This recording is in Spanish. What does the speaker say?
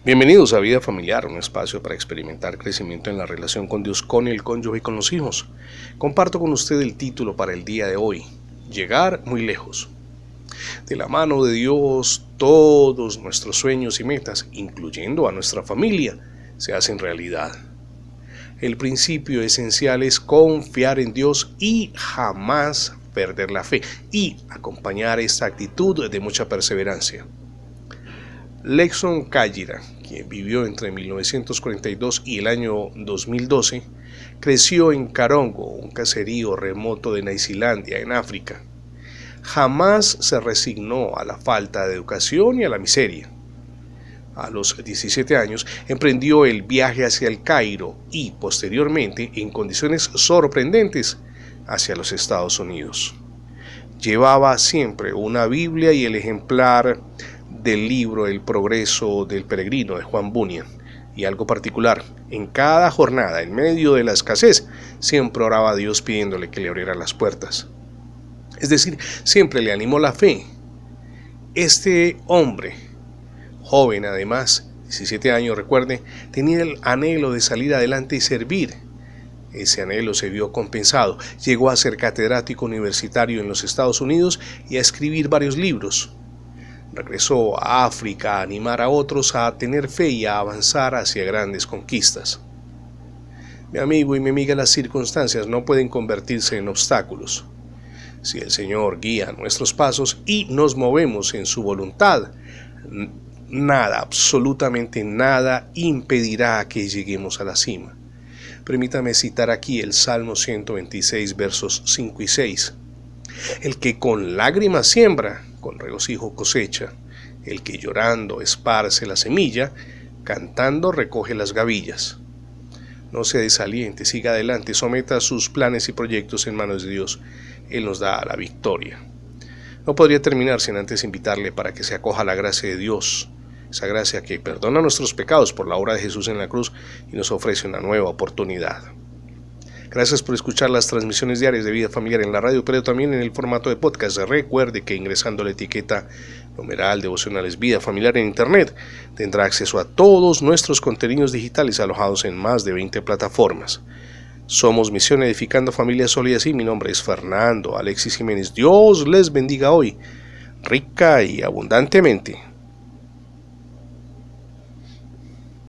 Bienvenidos a Vida Familiar, un espacio para experimentar crecimiento en la relación con Dios, con el cónyuge y con los hijos. Comparto con usted el título para el día de hoy: Llegar muy lejos. De la mano de Dios, todos nuestros sueños y metas, incluyendo a nuestra familia, se hacen realidad. El principio esencial es confiar en Dios y jamás perder la fe, y acompañar esta actitud de mucha perseverancia. Lexon Kajira, quien vivió entre 1942 y el año 2012, creció en Karongo, un caserío remoto de Naisilandia, en África. Jamás se resignó a la falta de educación y a la miseria. A los 17 años emprendió el viaje hacia el Cairo y, posteriormente, en condiciones sorprendentes, hacia los Estados Unidos. Llevaba siempre una Biblia y el ejemplar del libro El progreso del peregrino de Juan Bunyan, y algo particular: en cada jornada, en medio de la escasez, siempre oraba a Dios pidiéndole que le abriera las puertas. Es decir, siempre le animó la fe. Este hombre, joven además, 17 años, recuerde, tenía el anhelo de salir adelante y servir. Ese anhelo se vio compensado. Llegó a ser catedrático universitario en los Estados Unidos y a escribir varios libros. Regresó a África a animar a otros a tener fe y a avanzar hacia grandes conquistas. Mi amigo y mi amiga, las circunstancias no pueden convertirse en obstáculos. Si el Señor guía nuestros pasos y nos movemos en su voluntad, nada, absolutamente nada, impedirá que lleguemos a la cima. Permítame citar aquí el Salmo 126, versos 5 y 6. El que con lágrimas siembra, con regocijo cosecha. El que llorando esparce la semilla, cantando recoge las gavillas. No se desaliente, siga adelante, someta sus planes y proyectos en manos de Dios. Él nos da la victoria. No podría terminar sin antes invitarle para que se acoja a la gracia de Dios, esa gracia que perdona nuestros pecados por la obra de Jesús en la cruz y nos ofrece una nueva oportunidad. Gracias por escuchar las transmisiones diarias de Vida Familiar en la radio, pero también en el formato de podcast. Recuerde que ingresando la etiqueta numeral Devocionales Vida Familiar en Internet, tendrá acceso a todos nuestros contenidos digitales alojados en más de 20 plataformas. Somos Misión Edificando Familias Sólidas y mi nombre es Fernando Alexis Jiménez. Dios les bendiga hoy, rica y abundantemente.